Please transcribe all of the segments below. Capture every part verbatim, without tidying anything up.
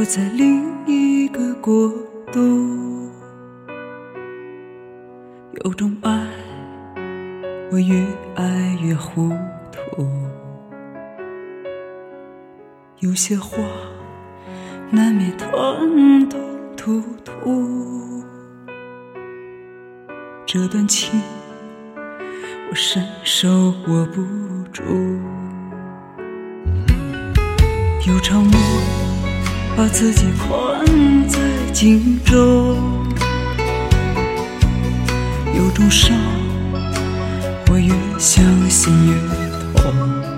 我在另一个国度。有种爱，我越爱越糊涂，有些话难免吞吞吐吐。这段情我伸手握不住，有场梦把自己困在镜中，有种伤我越相信越痛，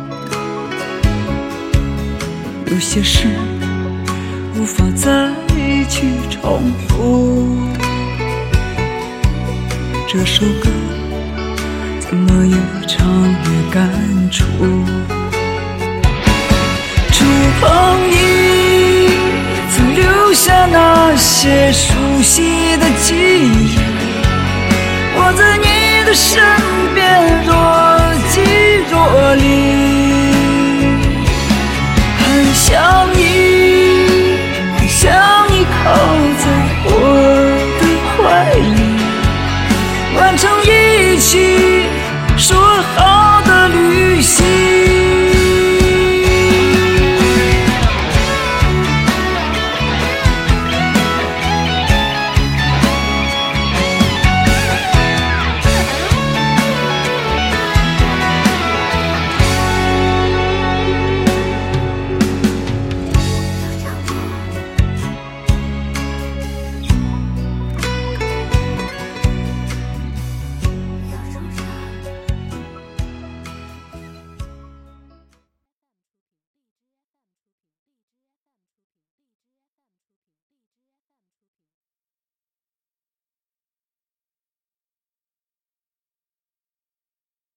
有些事无法再去重复。这首歌怎么越唱越感触，触碰你曾留下那些熟悉的记忆，我在你的身